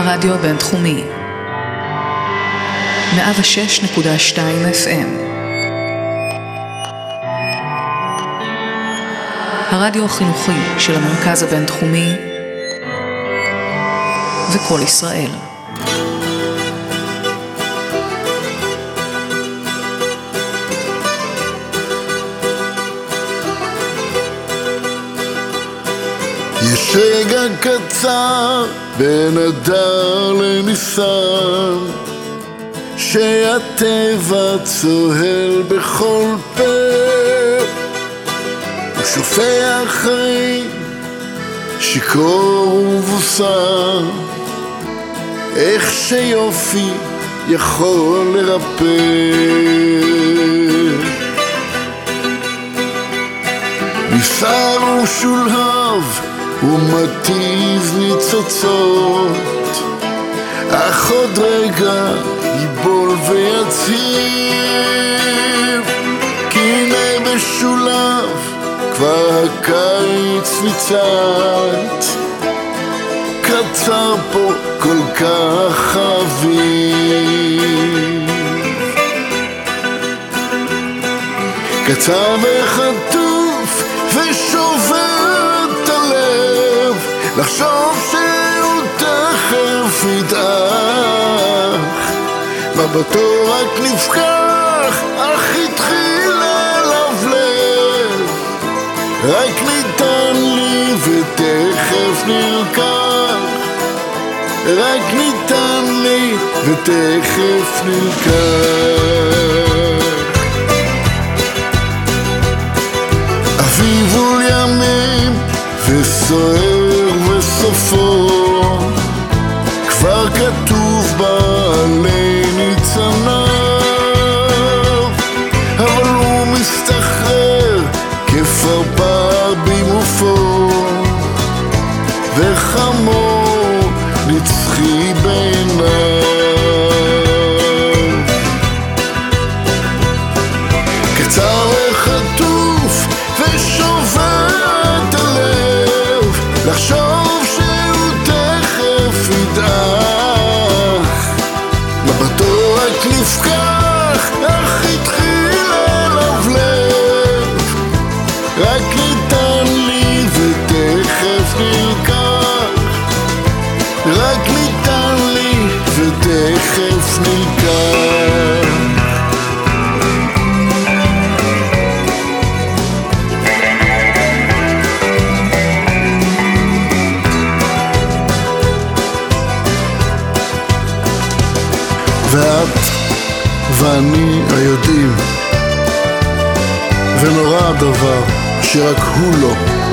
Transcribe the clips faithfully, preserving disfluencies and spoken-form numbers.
הרדיו הבינתחומי מאה ושש נקודה שתיים אף אם, הרדיו החינוכי של המרכז הבינתחומי וכל ישראל. יש רגע קצר בין אדר לניסן, שהטבע צוהל בכל פה, הוא שופע חיים שיכור ובוסר, איך שיופי יכול לרפא. ניסר ושולהב ומטיב ניצוצות, אך עוד רגע ייבול ויציב, כי הנה בשולב כבר הקיץ ניצת, קצר פה כל כך חביב, קצר וחטוף ושובר את הלב, לחשוב שהוא תכף ידעך, מבטו רק נפקח, אך התחיל ללבלב, רק ניתן לי ותכף נלקח, רק ניתן לי ותכף נלקח. אביב מול ימים וסוער וסופו, כבר כתוב בעלי ניצניו, אבל הוא מסתחרר כפרפר במופו, וחמור נצחי בעיניו. קצר וחטוף ושובר את הלב, לחשוב שהוא תכף ידעך, מבטו רק נפקח, אך התחיל ללבלב, רק ניתן לי ותכף נלקח, רק ניתן לי ותכף נלקח. ואת ואני היודעים, ונורא הדבר שרק הוא לא,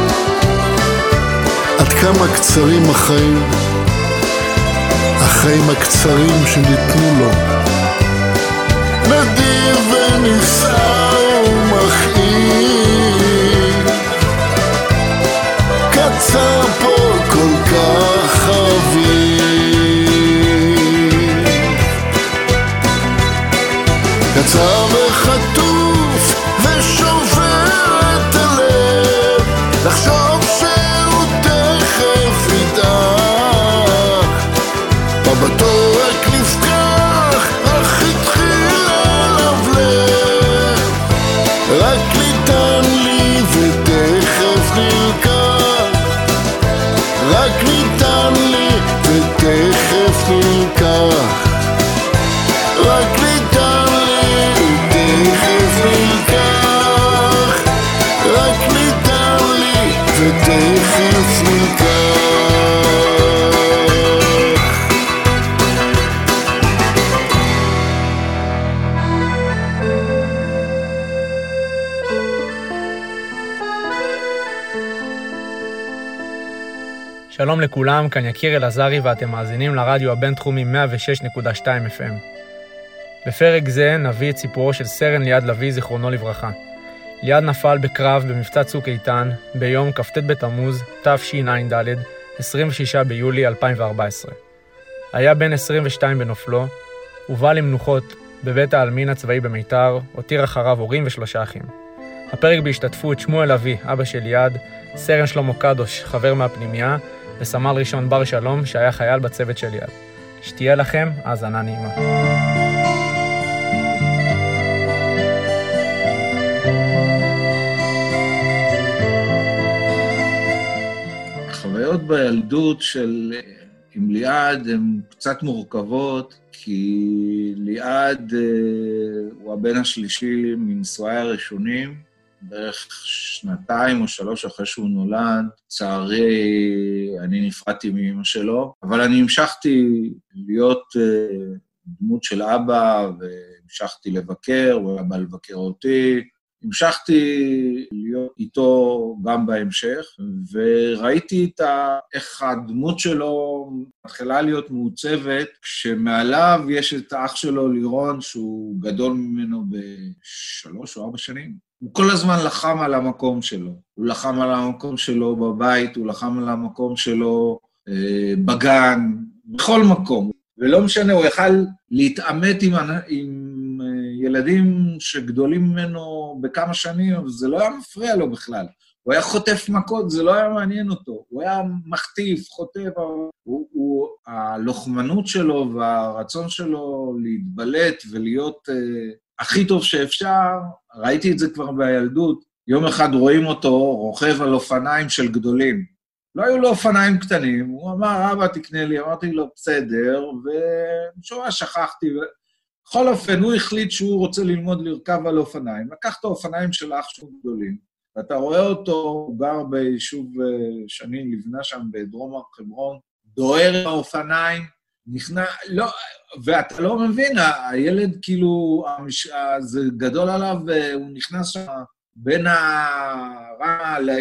עד כמה קצרים החיים, החיים הקצרים שניתנו לו, נדיר ונישא ומכאיב, קצר פה כל כך חביב, קצר וחטוף ושובר את הלב, לחשוב שהוא תכף ידעך, מבטו רק נפקח, אך התחיל ללבלב, רק ניתן לי ותכף נלקח, רק ניתן לי ותכף נלקח, רק ניתן לי ותכף נלקח, רק ניתן לי ותכף נלקח. שלום לכולם, כאן יקיר אלעזרי ואתם מאזינים לרדיו הבינתחומי מאה ושש נקודה שתיים אף אם. בפרק זה נביא את סיפורו של סרן ליעד לוי, זיכרונו לברכה. ליעד נפל בקרב במבצע צוק איתן ביום כ"ט בתמוז תשע"ד, עשרים ושישה ביולי אלפיים וארבע עשרה. היה בן עשרים ושתיים בנופלו, הובא למנוחות בבית העלמין הצבאי במיתר, הותיר אחריו הורים ושלושה אחים. הפרק בהשתתפות שמואל אבי, אבא של ליעד, סרן שלמה קדוש, חבר מהפנימיה, וסמל ראשון בר שלום שהיה חייל בצוות של ליעד. שתהיה לכם האזנה נעימה. החוויות בילדות של עם ליעד הן קצת מורכבות, כי ליעד הוא הבן השלישי מנישואיי הראשונים, בערך שנתיים או שלוש אחרי שהוא נולד. לצערי, אני נפרדתי מאמא שלו, אבל אני המשכתי להיות דמות של אבא, והמשכתי לבקר, הוא היה בא לבקר אותי, המשכתי להיות איתו גם בהמשך, וראיתי את ה... איך הדמות שלו מתחילה להיות מעוצבת, כשמעליו יש את האח שלו לירון, שהוא גדול ממנו בשלוש או ארבע שנים. הוא כל הזמן לחם על המקום שלו. הוא לחם על המקום שלו בבית, הוא לחם על המקום שלו אה, בגן, בכל מקום. ולא משנה, הוא יכל להתעמת עם, עם ילדים שגדולים ממנו בכמה שנים, אבל זה לא היה מפריע לו בכלל. הוא היה חוטף מכות, זה לא היה מעניין אותו. הוא היה מחטיף, חוטף. הוא, הוא, הלוחמנות שלו והרצון שלו להתבלט ולהיות אה, הכי טוב שאפשר, ראיתי את זה כבר בילדות. יום אחד רואים אותו רוכב על אופניים של גדולים. לא היו לו אופניים קטנים, הוא אמר, אבא תקנה לי, אמרתי לו, בסדר, ושורה שכחתי. בכל אופן, הוא החליט שהוא רוצה ללמוד לרכב על אופניים. לקח את האופניים של אח שלו גדולים, ואתה רואה אותו, הוא גר ביישוב שני, לבנה שם בדרום הר חברון, דוהר עם האופניים, נכנע, לא, ואתה לא מבין, הילד כאילו, המש... זה גדול עליו, הוא נכנס שם בין הרע ל...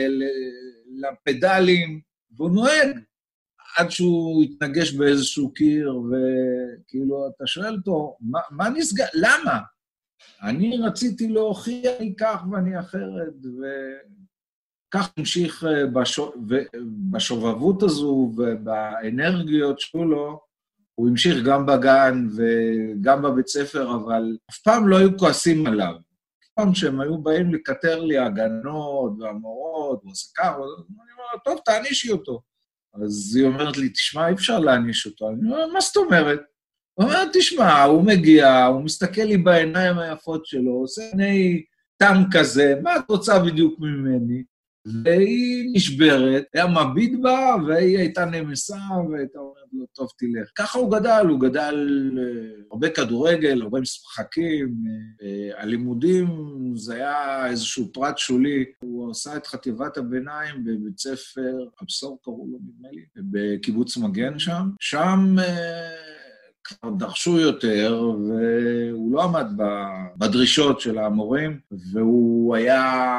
לפדלים, והוא נוהג, עד שהוא יתנגש באיזשהו קיר, וכאילו, אתה שואל אותו, מה, מה נסגר? למה? אני רציתי להוכיח לי כך ואני אחרת, וכך המשיך בשו... בשובבות הזו ובאנרגיות שלו, הוא המשיך גם בגן וגם בבית ספר, אבל אף פעם לא היו כועסים עליו. פעם שהם היו באים לקטר לי הגנות והמורות, ועושה כך, אני אומר, טוב, תענישי אותו. אז היא אומרת לי, תשמע, אי אפשר להעניש אותו. אני אומר, מה זאת אומרת? הוא אומר, תשמע, הוא מגיע, הוא מסתכל לי בעיניים היפות שלו, עושה עיני תם כזה, מה את רוצה בדיוק ממני? והיא נשברת, היה מביט בה, והיא הייתה נמסה, והייתה אומרת לו, טוב, תלך. ככה הוא גדל, הוא גדל הרבה כדורגל, הרבה משחקים, הלימודים, זה היה איזשהו פרט שולי. הוא עשה את חטיבת הביניים בבית ספר, הבשור קראו לו נדמה לי, בקיבוץ מגן שם. שם כבר דרשו יותר, והוא לא עמד בדרישות של המורים, והוא היה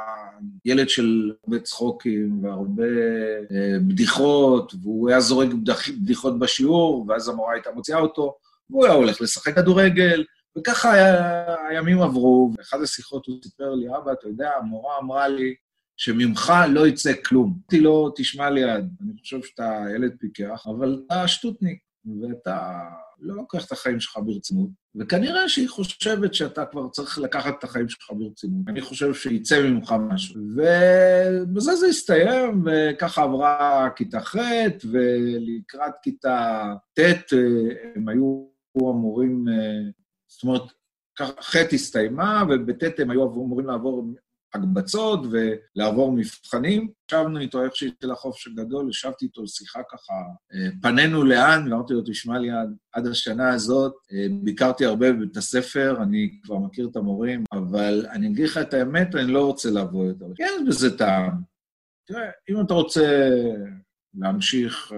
ילד של הרבה צחוקים והרבה אה, בדיחות, והוא היה זורק בדיחות בשיעור, ואז המורה הייתה מוציאה אותו, והוא היה הולך לשחק כדורגל, וככה היה, הימים עברו, ואחת השיחות הוא סיפר לי, אבא, אתה יודע, המורה אמרה לי שממך לא יצא כלום. אמרתי לו, תשמע ליד, אני חושב שאתה ילד פיקח, אבל אתה שטוטניק, ואתה לא לוקח את החיים שלך ברצינות, וכנראה שהיא חושבת שאתה כבר צריך לקחת את החיים שלך ברצינות. אני חושב שיצא ממך משהו. ובזה זה הסתיים, וככה עברה כיתה ח' ולקראת כיתה ט' הם היו אמורים, זאת אומרת, ח' הסתיימה, ובט' הם היו אמורים לעבור הקבצות ולעבור מבחנים. ישבנו איתו איך שהייתי לחופש הגדול, ישבתי איתו שיחה ככה, פנינו לאן, ואמרתי לו, תשמע לי, עד, עד השנה הזאת, ביקרתי הרבה בבית הספר, אני כבר מכיר את המורים, אבל אני אגיד לך את האמת, אני לא רוצה לבוא יותר. כן, בזה טעם. תראה, אם אתה רוצה להמשיך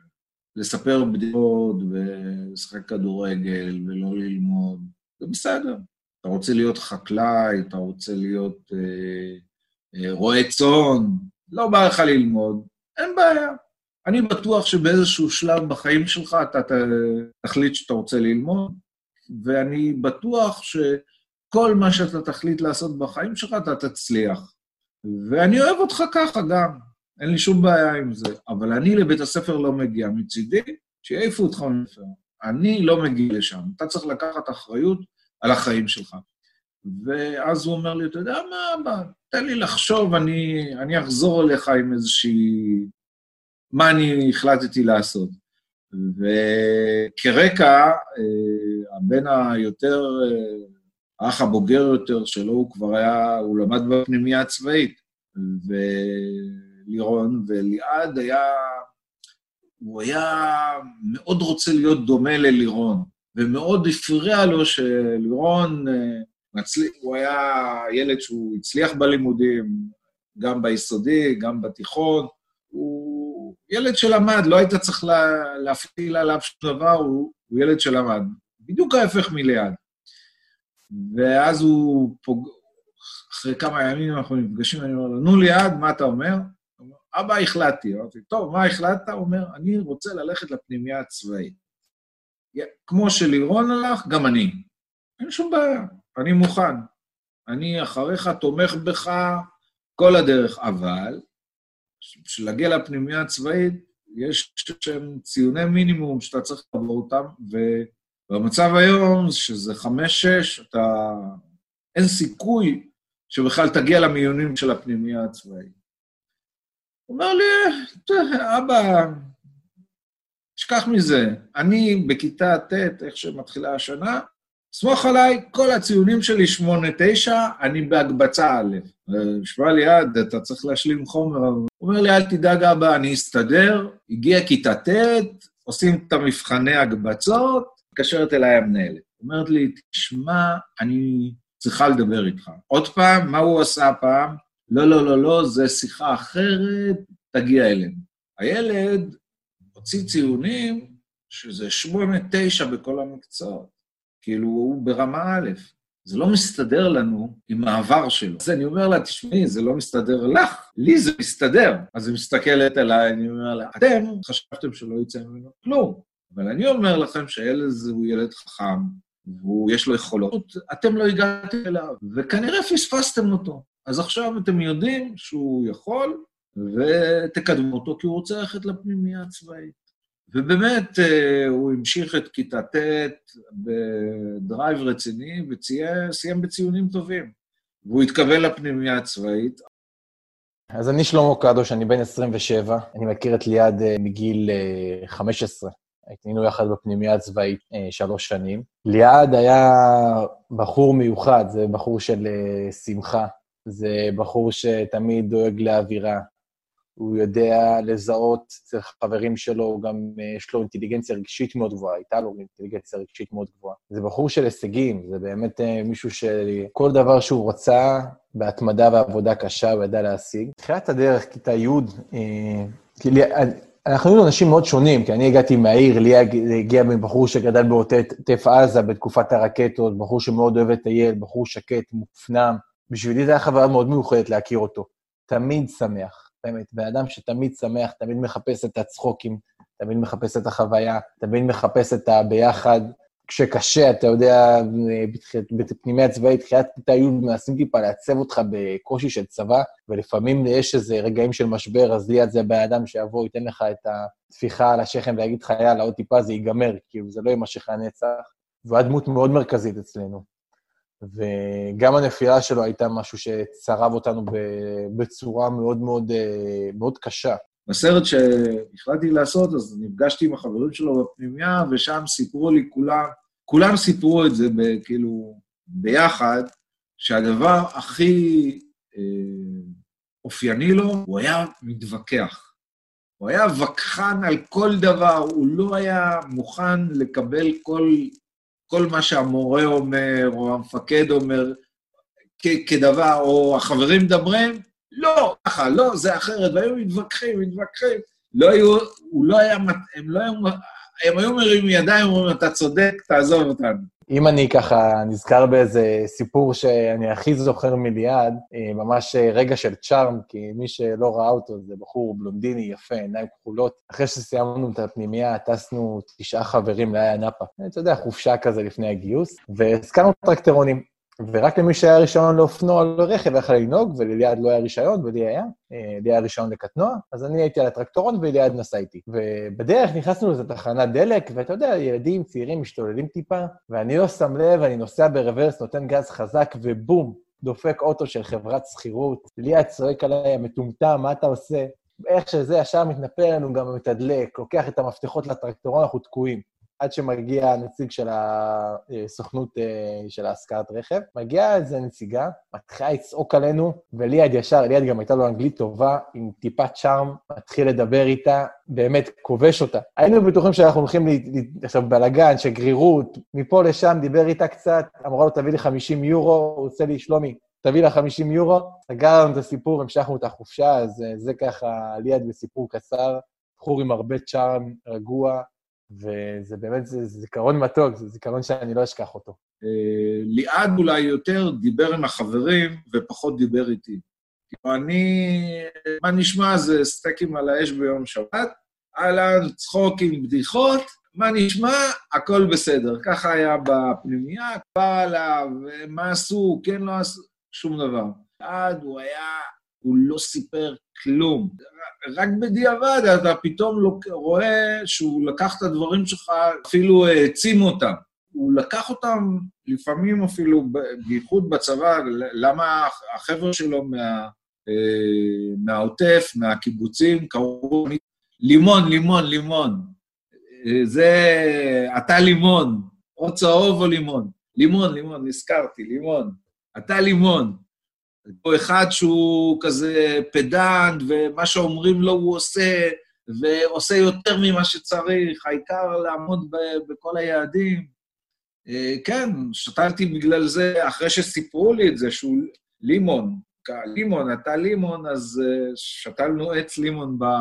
לספר בדיחות ולשחק כדורגל ולא ללמוד, זה בסדר. אתה רוצה להיות חקלאי, אתה רוצה להיות אה, אה, רועה צאן, לא בא לך ללמוד, אין בעיה. אני בטוח שבאיזשהו שלב בחיים שלך אתה תחליט שאתה רוצה ללמוד, ואני בטוח שכל מה שאתה תחליט לעשות בחיים שלך אתה תצליח. ואני אוהב אותך ככה גם, אין לי שום בעיה עם זה, אבל אני לבית הספר לא מגיע מצידי, שיעיפו אותך מפר. אני לא מגיע לשם, אתה צריך לקחת אחריות, על החיים שלך. ואז הוא אומר לי, אתה יודע מה, אבא, תן לי לחשוב, אני, אני אחזור אליך עם איזושהי מה אני החלטתי לעשות. וכרקע, הבן היותר, האח הבוגר יותר שלו, הוא כבר היה, הוא למד בפנימיה הצבאית, ולירון וליעד היה, הוא היה מאוד רוצה להיות דומה ללירון, ומאוד הפריע לו שלירון, הוא היה ילד שהוא הצליח בלימודים, גם ביסודי, גם בתיכון, הוא ילד שלמד, לא היית צריך להפעיל עליו שום דבר, הוא, הוא ילד שלמד, בדיוק ההפך מליעד. ואז הוא פוג... אחרי כמה ימים אנחנו נפגשים, אני אומר לו, נו ליעד, מה אתה אומר? הוא אומר, אבא, החלטתי. אמרתי, טוב, מה החלטת? הוא אומר, אני רוצה ללכת לפנימיה הצבאית. כמו שלירון הלך, גם אני. אין שום בעיה, אני מוכן. אני אחריך תומך בך כל הדרך, אבל בשביל להגיע לפנימיה הצבאית, יש שם ציוני מינימום שאתה צריך לעבור אותם, ובמצב היום, שזה חמש שש, אתה... אין סיכוי שבכלל תגיע למיונים של הפנימיה הצבאית. הוא אומר לי, אבא, תשכח מזה, אני בכיתה ט', איך שמתחילה השנה, סמוך עליי, כל הציונים שלי שמונה תשע, אני בהקבצה א'. נשמע לי עד, אתה צריך להשלים חומר. הוא אומר לי, אל תדאג אבא, אני אסתדר, הגיע כיתה ט', עושים את המבחני הקבצות, קשרת אליי המנהלת. אומרת לי, תשמע, אני צריכה לדבר איתך. עוד פעם, מה הוא עשה פעם? לא, לא, לא, לא, זה שיחה אחרת, תגיע אלינו. הילד הוציא ציונים, שזה שמונה תשע בכל המקצועות. כאילו הוא ברמה א', זה לא מסתדר לנו עם העבר שלו. אז אני אומר לה, תשמעי, זה לא מסתדר לך, לי זה מסתדר. אז היא מסתכלת אליי, אני אומר לה, אתם חשבתם שלא יצא ממנו כלום, אבל אני אומר לכם שהילד הזה הוא ילד חכם, ויש לו יכולות, אתם לא הגעתם אליו, וכנראה פספסתם אותו. אז עכשיו אתם יודעים שהוא יכול, ותקדמו אותו, כי הוא רוצה ללכת לפנימיה הצבאית. ובאמת הוא המשיך את כיתה ט' בדרייב רציני, וסיים בציונים טובים. והוא התקבל לפנימיה הצבאית. אז אני שלמה קדוש, אני בן עשרים ושבע, אני מכיר את ליעד מגיל חמש עשרה. היינו יחד בפנימיה הצבאית שלוש שנים. ליעד היה בחור מיוחד, זה בחור של שמחה, זה בחור שתמיד דואג לאווירה. הוא יודע לזהות אצל חברים שלו, גם יש לו אינטליגנציה רגשית מאוד גבוהה, הייתה לו אינטליגנציה רגשית מאוד גבוהה. זה בחור של הישגים, זה באמת מישהו שכל דבר שהוא רצה, בהתמדה ועבודה קשה, הוא ידע להשיג. תחילת הדרך, כיתה י', אנחנו היינו אנשים מאוד שונים, כי אני הגעתי מהעיר, לי הגיע מבחור שגדל בעוטף עזה, בתקופת הרקטות, בחור שמאוד אוהב את הילד, בחור שקט, מופנם. בשבילי זה היה חוויה מאוד מיוחדת להכיר אותו. תמיד שמח. באמת, באדם שתמיד שמח, תמיד מחפש את הצחוקים, תמיד מחפש את החוויה, תמיד מחפש את הביחד. כשקשה, אתה יודע, בפנימי הצבאית, תחילת כיתה י' מנסים טיפה לעצב אותך בקושי של צבא, ולפעמים יש איזה רגעים של משבר, אז ליד זה באדם שיבוא, ייתן לך את התפיחה על השכם ויגיד לך, יאללה, עוד טיפה זה ייגמר, כאילו זה לא יימשך הנצח, והוא דמות מאוד מרכזית אצלנו. וגם הנפילה שלו הייתה משהו שצרב אותנו בצורה מאוד מאוד, מאוד קשה. בסרט שהחלטתי לעשות, אז נפגשתי עם החברים שלו בפנימיה, ושם סיפרו לי כולם, כולם סיפרו את זה כאילו ביחד, שהדבר הכי אה, אופייני לו, הוא היה מתווכח. הוא היה וכחן על כל דבר, הוא לא היה מוכן לקבל כל... כל מה שהמורה אומר, או המפקד אומר, כ- כדבר, או החברים מדברים, לא, ככה, לא, זה אחרת, והיו מתווכחים, מתווכחים, לא היו, הוא לא היה, הם לא היו, הם היו מרים ידיים, אומרים, אתה צודק, תעזוב אותנו. אם אני ככה נזכר באיזה סיפור שאני הכי זוכר מליעד, ממש רגע של צ'ארם, כי מי שלא ראה אותו זה בחור בלונדיני יפה, עיניים כחולות. אחרי שסיימנו את הפנימיה, טסנו תשעה חברים לאיה נאפה. אתה יודע, חופשה כזה לפני הגיוס, והזכרנו טרקטרונים. ורק למי שהיה רישיון לאופנוע על רכב יכול לנהוג, ולליעד לא היה רישיון, ולי היה, לי היה רישיון לקטנוע, אז אני הייתי על הטרקטורון וליעד נסע איתי. ובדרך נכנסנו לזה תחנת דלק, ואתה יודע, ילדים צעירים משתוללים טיפה, ואני לא שם לב, אני נוסע ברוורס, נותן גז חזק, ובום, דופק אוטו של חברת שכירות. ליעד צועק עליי, המטומטם, מה אתה עושה? איך שזה ישר מתנפל לנו גם מתדלק, לוקח את המפתחות לטרקטורון, אנחנו תקועים. עד שמגיע הנציג של הסוכנות של ההשכרת רכב, מגיעה איזו נציגה, מתחילה לצעוק עלינו, וליד ישר, ליד גם הייתה לו אנגלית טובה, עם טיפת שרם, מתחיל לדבר איתה, באמת כובש אותה. היינו בטוחים שאנחנו הולכים עכשיו בלגן, שגרירות, מפה לשם דיבר איתה קצת, אמרה לו תביא לי חמישים יורו, הוא עושה לי שלומי, תביא לה חמישים יורו, סגר לנו את הסיפור, המשכנו את החופשה, אז זה ככה ליד בסיפור קצר, בחור עם הרבה צ'ארם רגוע, וזה באמת, זה זיכרון מתוק, זה זיכרון שאני לא אשכח אותו. ליעד אולי יותר דיבר עם החברים ופחות דיבר איתי. אני, מה נשמע זה סטייקים על האש ביום שבת, אהלן, צחוקים, בדיחות, מה נשמע? הכל בסדר. ככה היה בפנימיה, כבר עליו, מה עשו, כן לא עשו, שום דבר. ליעד הוא היה, הוא לא סיפר כלום. רק בדיעבד אתה פתאום רואה שהוא לקח את הדברים שלך, אפילו העצים אותם. הוא לקח אותם לפעמים אפילו, בייחוד בצבא, למה החבר'ה שלו מה, מהעוטף, מהקיבוצים, קראו לימון, לימון, לימון. זה, אתה לימון, או צהוב או לימון. לימון, לימון, נזכרתי, לימון. אתה לימון. פה אחד שהוא כזה פדנט, ומה שאומרים לו הוא עושה, ועושה יותר ממה שצריך, העיקר לעמוד ב- בכל היעדים. כן, שתלתי בגלל זה, אחרי שסיפרו לי את זה, שהוא לימון, לימון, אתה לימון, אז שתלנו עץ לימון ב...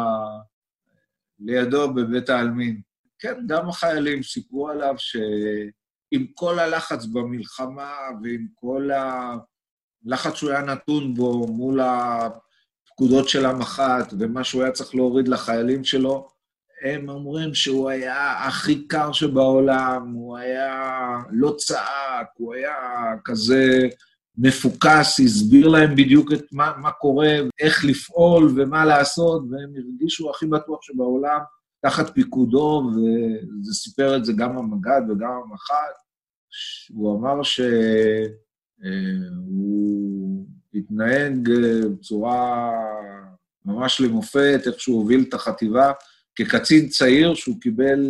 לידו בבית העלמין. כן, גם החיילים סיפרו עליו שעם כל הלחץ במלחמה, ועם כל ה... לחץ שהוא היה נתון בו מול הפקודות של המח"ט, ומה שהוא היה צריך להוריד לחיילים שלו, הם אומרים שהוא היה הכי קר שבעולם, הוא היה לא צעק, הוא היה כזה מפוקס, הסביר להם בדיוק את מה, מה קורה, איך לפעול ומה לעשות, והם הרגישו הכי בטוח שבעולם, תחת פיקודו, וזה סיפר את זה גם המג"ד וגם המח"ט, הוא אמר ש... הוא התנהג בצורה ממש למופת, איך שהוא הוביל את החטיבה, כקצין צעיר שהוא קיבל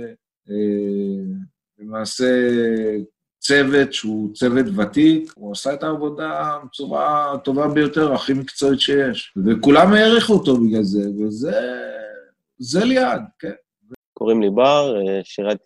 למעשה צוות שהוא צוות ותיק, הוא עשה את העבודה בצורה הטובה ביותר, הכי מקצועית שיש, וכולם העריכו אותו בגלל זה, וזה זה ליד, כן. קוראים לי בר, שירתי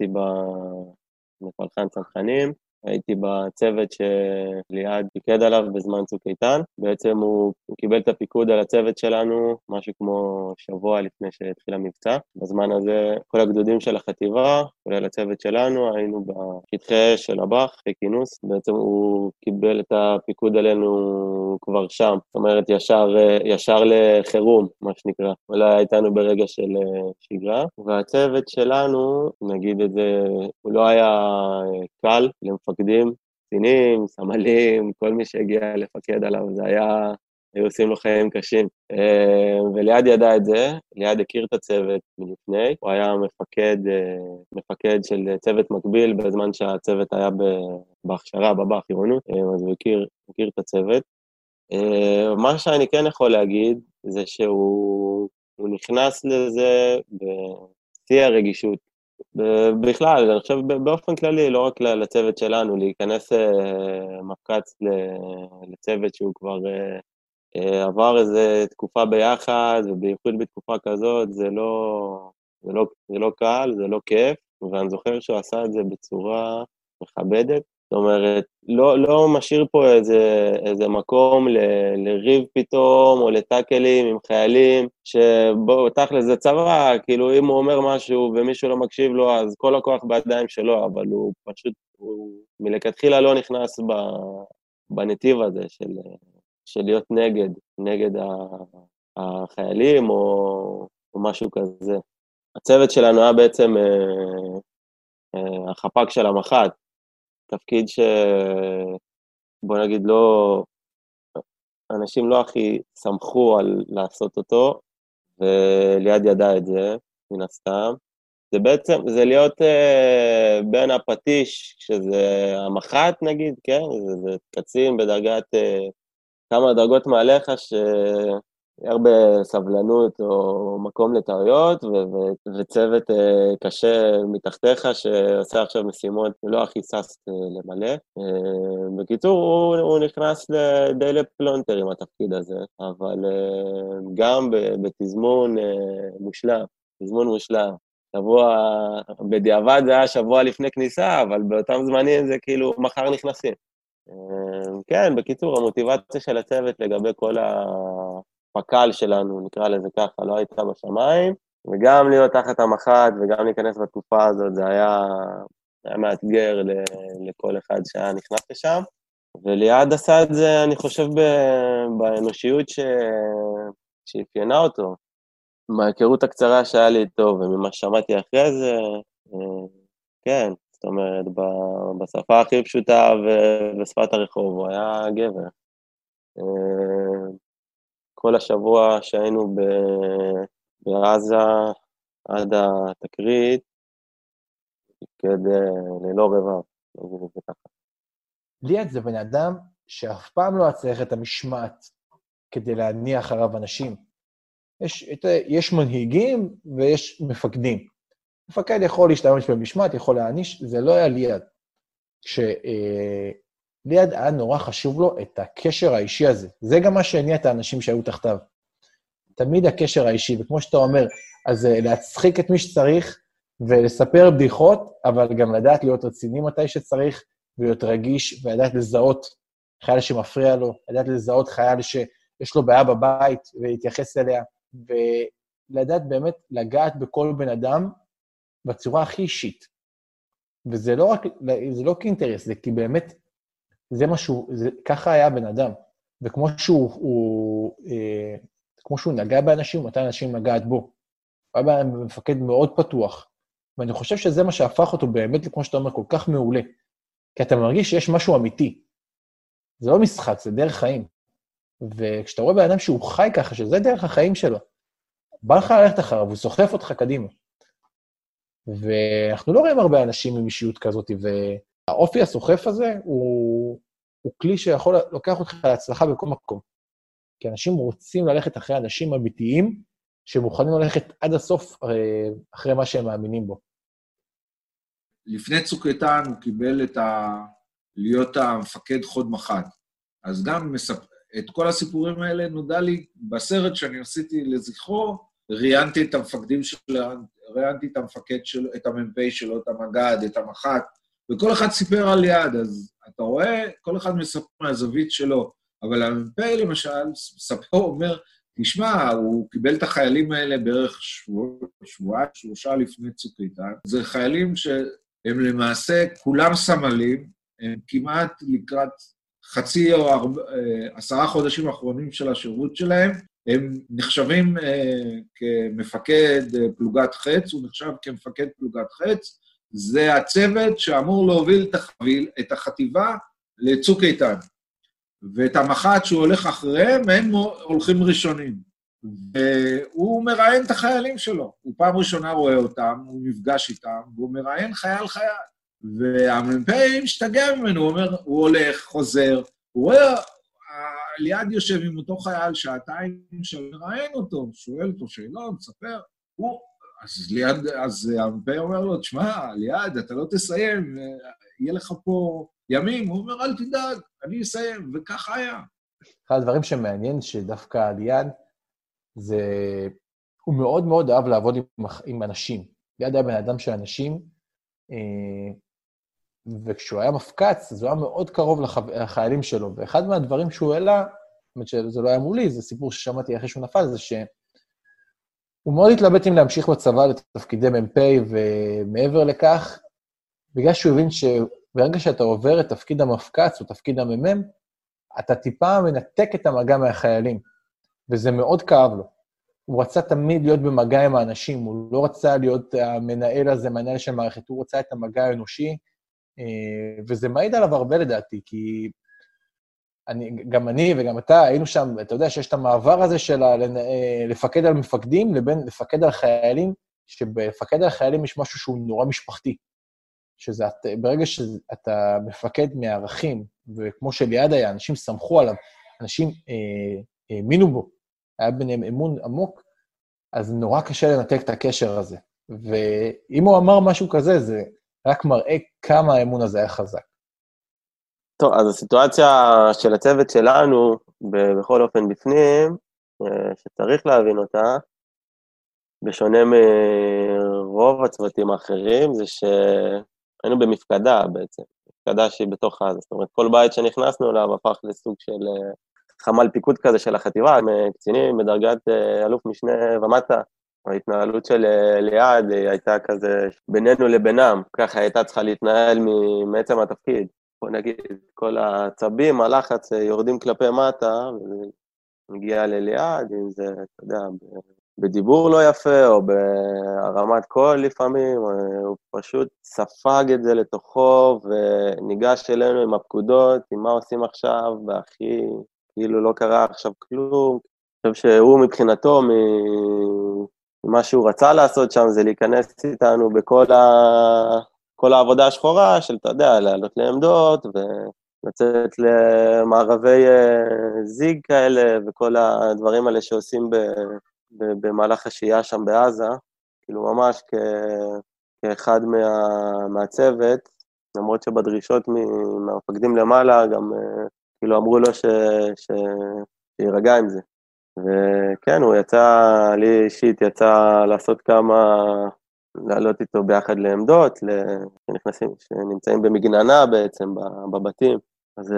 בפלחן צנחנים, הייתי בצוות שליעד פיקד עליו בזמן צוק איתן. בעצם הוא, הוא קיבל את הפיקוד על הצוות שלנו, משהו כמו שבוע לפני שהתחיל המבצע. בזמן הזה, כל הגדודים של החטיבה, כולל הצוות שלנו, היינו בשטחי של הבח, כינוס. בעצם הוא קיבל את הפיקוד עלינו כבר שם. זאת אומרת, ישר, ישר לחירום, מה שנקרא. אולי הייתנו ברגע של שגרה. והצוות שלנו, נגיד את זה, הוא לא היה קל למפקד, מפקדים, קצינים, סמלים, כל מי שהגיע לפקד עליו, זה היה, היו עושים לו חיים קשים. וליעד ידע את זה, ליעד הכיר את הצוות מלפני, הוא היה מפקד, מפקד של צוות מקביל, בזמן שהצוות היה בהכשרה, בבח, עירונות, אז הוא הכיר, הכיר את הצוות. מה שאני כן יכול להגיד, זה שהוא נכנס לזה בשיא הרגישות, בכלל, אני חושב באופן כללי, לא רק לצוות שלנו, להיכנס מפקץ לצוות שהוא כבר עבר איזו תקופה ביחד, ובייחוד בתקופה כזאת, זה לא, זה לא, זה לא קל, זה לא כיף, ואני זוכר שהוא עשה את זה בצורה מכבדת, זאת אומרת, לא, לא משאיר פה איזה, איזה מקום ל, לריב פתאום, או לטאקלים עם חיילים, שבו, תכל'ס זה צבא, כאילו אם הוא אומר משהו ומישהו לא מקשיב לו, אז כל הכוח בידיים שלו, אבל הוא פשוט, הוא מלכתחילה לא נכנס ב, בנתיב הזה של, של להיות נגד, נגד החיילים או, או משהו כזה. הצוות שלנו היה בעצם אה, אה, החפ"ק של המח"ט, תפקיד ש... בוא נגיד לא... אנשים לא הכי שמחו על לעשות אותו, וליד ידע את זה, מן הסתם. זה בעצם, זה להיות אה, בין הפטיש, שזה המח"ט נגיד, כן? זה, זה קצין בדרגת, אה, כמה דרגות מעליך, ש... הרבה סבלנות או מקום לטעויות, ו- ו- וצוות uh, קשה מתחתיך שעושה עכשיו משימות לא הכי סס uh, למלא. Uh, בקיצור, הוא, הוא נכנס די לפלונטר עם התפקיד הזה, אבל uh, גם בתזמון uh, מושלם, תזמון מושלם. שבוע, בדיעבד זה היה שבוע לפני כניסה, אבל באותם זמנים זה כאילו מחר נכנסים. Uh, כן, בקיצור, המוטיבציה של הצוות לגבי כל ה... פקל שלנו, נקרא לזה ככה, לא הייתה בשמיים, וגם להיות תחת המח"ט וגם להיכנס בתקופה הזאת, זה היה, היה מאתגר ל, לכל אחד שהיה נכנס לשם, וליעד עשה את זה, אני חושב, ב, באנושיות ש, שאפיינה אותו, מההיכרות הקצרה שהיה לי איתו, וממה שמעתי אחרי זה, כן, זאת אומרת, בשפה הכי פשוטה ובשפת הרחוב, הוא היה גבר. כל השבוע שהיינו בעזה עד התקרית, כדי ללא רבב, נגיד את זה ככה. ליעד זה בן אדם שאף פעם לא צריך את המשמעת כדי להניע אחריו אנשים. יש, יש מנהיגים ויש מפקדים. מפקד יכול להשתמש במשמעת, יכול להעניש, זה לא היה ליעד. כשליעד היה נורא חשוב לו את הקשר האישי הזה. זה גם מה שהניע את האנשים שהיו תחתיו. תמיד הקשר האישי, וכמו שאתה אומר, אז להצחיק את מי שצריך ולספר בדיחות, אבל גם לדעת להיות רציני מתי שצריך, ולהיות רגיש, ולדעת לזהות חייל שמפריע לו, לדעת לזהות חייל שיש לו בעיה בבית ולהתייחס אליה, ולדעת באמת לגעת בכל בן אדם בצורה הכי אישית. וזה לא רק, זה לא כאינטרס, זה כי באמת, זה משהו, זה, ככה היה בן אדם. וכמו שהוא, הוא, אה, כמו שהוא נגע באנשים, מתי אנשים נגעת בו. הוא היה מפקד מאוד פתוח. ואני חושב שזה מה שהפך אותו באמת, כמו שאתה אומר, כל כך מעולה. כי אתה מרגיש שיש משהו אמיתי. זה לא משחק, זה דרך חיים. וכשאתה רואה בן אדם שהוא חי ככה, שזה דרך החיים שלו, בא לך ללכת אחריו, הוא סוחף אותך קדימה. ואנחנו לא רואים הרבה אנשים עם אישיות כזאת, והאופי הסוחף הזה הוא, הוא כלי שיכול לוקח אותך להצלחה בכל מקום. כי אנשים רוצים ללכת אחרי אנשים אמיתיים, שמוכנים ללכת עד הסוף אחרי מה שהם מאמינים בו. לפני צוק איתן הוא קיבל את ה... להיות המפקד חוד מח"ט. אז גם מספ... את כל הסיפורים האלה נודע לי בסרט שאני עשיתי לזכרו, ראיינתי את המפקדים שלו, ראיינתי את המפקד שלו, את המ"פ שלו, את המג"ד, את המח"ט, וכל אחד סיפר על יד, אז אתה רואה, כל אחד מספר מהזווית שלו, אבל המ"פ למשל, ספר אומר, תשמע, הוא קיבל את החיילים האלה בערך שבוע, שבוע, שלושה לפני צוק איתן, זה חיילים שהם למעשה כולם סמלים, הם כמעט לקראת חצי או ארבע, עשרה חודשים האחרונים של השירות שלהם, הם נחשבים אה, כמפקד פלוגת חץ, הוא נחשב כמפקד פלוגת חץ, זה הצוות שאמור להוביל את החטיבה לצוק איתן. ואת המח"ט שהוא הולך אחריהם, הם הולכים ראשונים. והוא מראיין את החיילים שלו. הוא פעם ראשונה רואה אותם, הוא נפגש איתם, והוא מראיין חייל חייל. והמ"פ משתגע ממנו, הוא אומר, הוא הולך, חוזר, הוא רואה, ליעד יושב עם אותו חייל שעתיים שמראיין אותו, שואל אותו שאלות, מספר, הוא, אז ליעד, אז המ"פ אומר לו, תשמע, ליעד, אתה לא תסיים, יהיה לך פה ימים, הוא אומר, אל תדאג, אני אסיים, וככה היה. אחד הדברים שמעניין שדווקא ליעד, זה, הוא מאוד מאוד אהב לעבוד עם, עם אנשים. ליעד היה בן אדם של אנשים, וכשהוא היה מפקץ, אז הוא היה מאוד קרוב לחיילים שלו, ואחד מהדברים שהוא העלה, זאת אומרת שזה לא היה מולי, זה סיפור ששמעתי אחרי שהוא נפל, זה שהוא מאוד התלבט אם להמשיך בצבא לתפקידי מ"פ, ומעבר לכך, בגלל שהוא הבין שברגע שאתה עובר את תפקיד המפקץ, או תפקיד המ"מ, אתה טיפה מנתק את המגע מהחיילים, וזה מאוד כאב לו. הוא רצה תמיד להיות במגע עם האנשים, הוא לא רצה להיות המנהל הזה, מנהל של מערכת, הוא רצה את המגע האנושי, וזה מעיד עליו הרבה לדעתי, כי אני, גם אני וגם אתה היינו שם, אתה יודע שיש את המעבר הזה של לפקד על מפקדים, לבין לפקד על חיילים, שבפקד על חיילים יש משהו שהוא נורא משפחתי, שזה ברגע שאתה מפקד מערכים, וכמו שליעד היה, אנשים סמכו עליו, אנשים האמינו בו, היה ביניהם אמון עמוק, אז נורא קשה לנתק את הקשר הזה. ואם הוא אמר משהו כזה, זה רק מראה כמה האמון הזה היה חזק. טוב, אז הסיטואציה של הצוות שלנו, בכל אופן בפנים, שצריך להבין אותה, בשונה מרוב הצוותים האחרים, זה שהיינו במפקדה בעצם, מפקדה שהיא בתוך הזה, זאת אומרת, כל בית שנכנסנו אליו הפך לסוג של חמ"ל פיקוד כזה של החטיבה, עם קצינים בדרגת אלוף משנה ומטה, ההתנהלות של ליעד הייתה כזה בינינו לבינם, ככה הייתה צריכה להתנהל מעצם התפקיד. בוא נגיד, כל הצבים, הלחץ יורדים כלפי מטה, ומגיע לליעד, אם זה, אתה יודע, בדיבור לא יפה, או בהרמת קול לפעמים, הוא פשוט ספג את זה לתוכו, וניגש אלינו עם הפקודות, עם מה עושים עכשיו, והכי, כאילו לא קרה עכשיו כלום. אני חושב שהוא מבחינתו, ממה שהוא רצה לעשות שם, זה להיכנס איתנו בכל ה... כל העבודה השחורה של, אתה יודע, לעלות לעמדות ולצאת למערבי זיג כאלה, וכל הדברים האלה שעושים ב, ב, במהלך השהייה שם בעזה, כאילו ממש כ, כאחד מה, מהצוות, למרות שבדרישות מהמפקדים למעלה, גם כאילו אמרו לו ש, ש, שירגע עם זה. וכן, הוא יצא, לי אישית יצא לעשות כמה... לעלות איתו ביחד לעמדות, שנכנסים, שנמצאים במגננה בעצם, בבתים. אז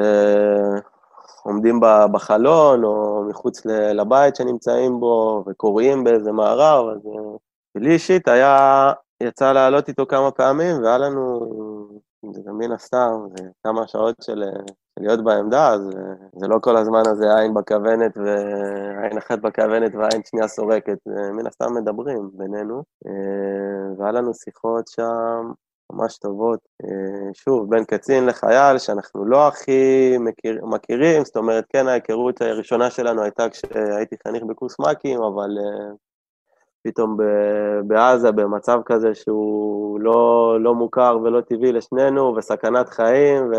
עומדים בחלון, או מחוץ לבית שנמצאים בו, וקוראים באיזה מערב, אז לי אישית היה, יצא לעלות איתו כמה פעמים, והיה לנו, זה מן הסתם, זה כמה שעות של להיות בעמדה, אז זה לא כל הזמן הזה עין בכוונת, ועין אחת בכוונת, ועין שנייה סורקת, מן הסתם מדברים בינינו, והיה לנו שיחות שם ממש טובות, שוב, בין קצין לחייל, שאנחנו לא הכי מכיר, מכירים, זאת אומרת, כן, ההיכרות הראשונה שלנו הייתה כשהייתי חניך בקורס מקים, אבל פתאום בעזה, במצב כזה שהוא לא, לא מוכר ולא טבעי לשנינו, וסכנת חיים, ו...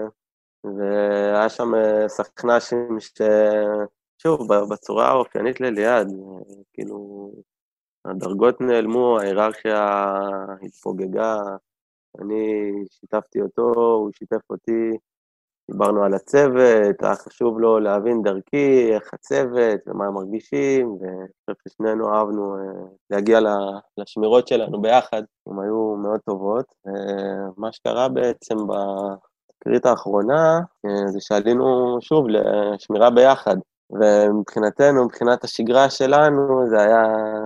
והיה שם סכנ"שים ש... שוב, בצורה האופיינית לליעד, כאילו, הדרגות נעלמו, ההיררכיה התפוגגה, אני שיתפתי אותו, הוא שיתף אותי, דיברנו על הצוות, היה חשוב לו להבין דרכי, איך הצוות ומה הם מרגישים, ואני חושב ששנינו אהבנו להגיע לשמירות שלנו ביחד, הן היו מאוד טובות. מה שקרה בעצם בתקרית האחרונה, זה שעלינו שוב לשמירה ביחד, ומבחינתנו, מבחינת השגרה שלנו, זה היה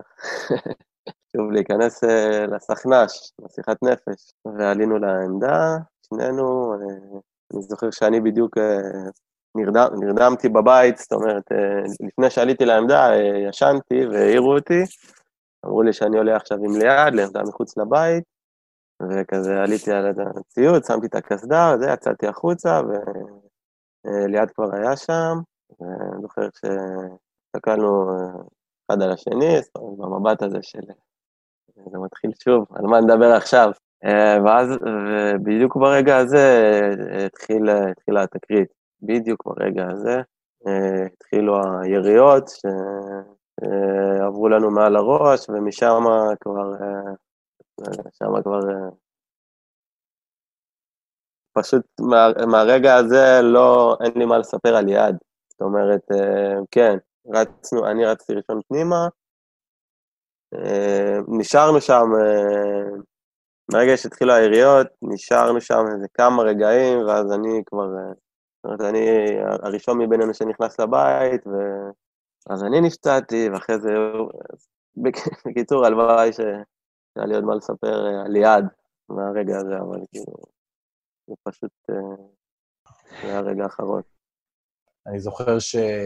שוב להיכנס לסכנ"ש, לשיחת נפש, ועלינו לעמדה, שנינו, אני זוכר שאני בדיוק נרדם, נרדמתי בבית, זאת אומרת, לפני שעליתי לעמדה, ישנתי והעירו אותי, אמרו לי שאני עולה עכשיו עם ליעד, לעמדה מחוץ לבית, וכזה עליתי על הציוד, שמתי את הקסדה, וזה, יצאתי החוצה, וליעד כבר היה שם, ואני זוכר שתקלנו אחד על השני, זאת אומרת, במבט הזה של... זה מתחיל שוב, על מה נדבר עכשיו. ואז, בדיוק ברגע הזה, התחיל, התחילה התקרית. בדיוק ברגע הזה, התחילו היריות שעברו לנו מעל הראש, ומשם כבר, שם כבר, פשוט מה, מהרגע הזה לא, אין לי מה לספר על יעד. זאת אומרת, כן, רצנו, אני רצתי ראשון פנימה, נשארנו שם, ברגע שהתחילו היריות, נשארנו שם איזה כמה רגעים, ואז אני כבר, זאת אומרת, אני הראשון מבינינו שנכנס לבית, ואז אני נפצעתי, ואחרי זה, בקיצור, הלוואי שהיה לי עוד מה לספר על יעד מהרגע הזה, אבל כאילו, זה פשוט, זה היה הרגע האחרון. אני זוכר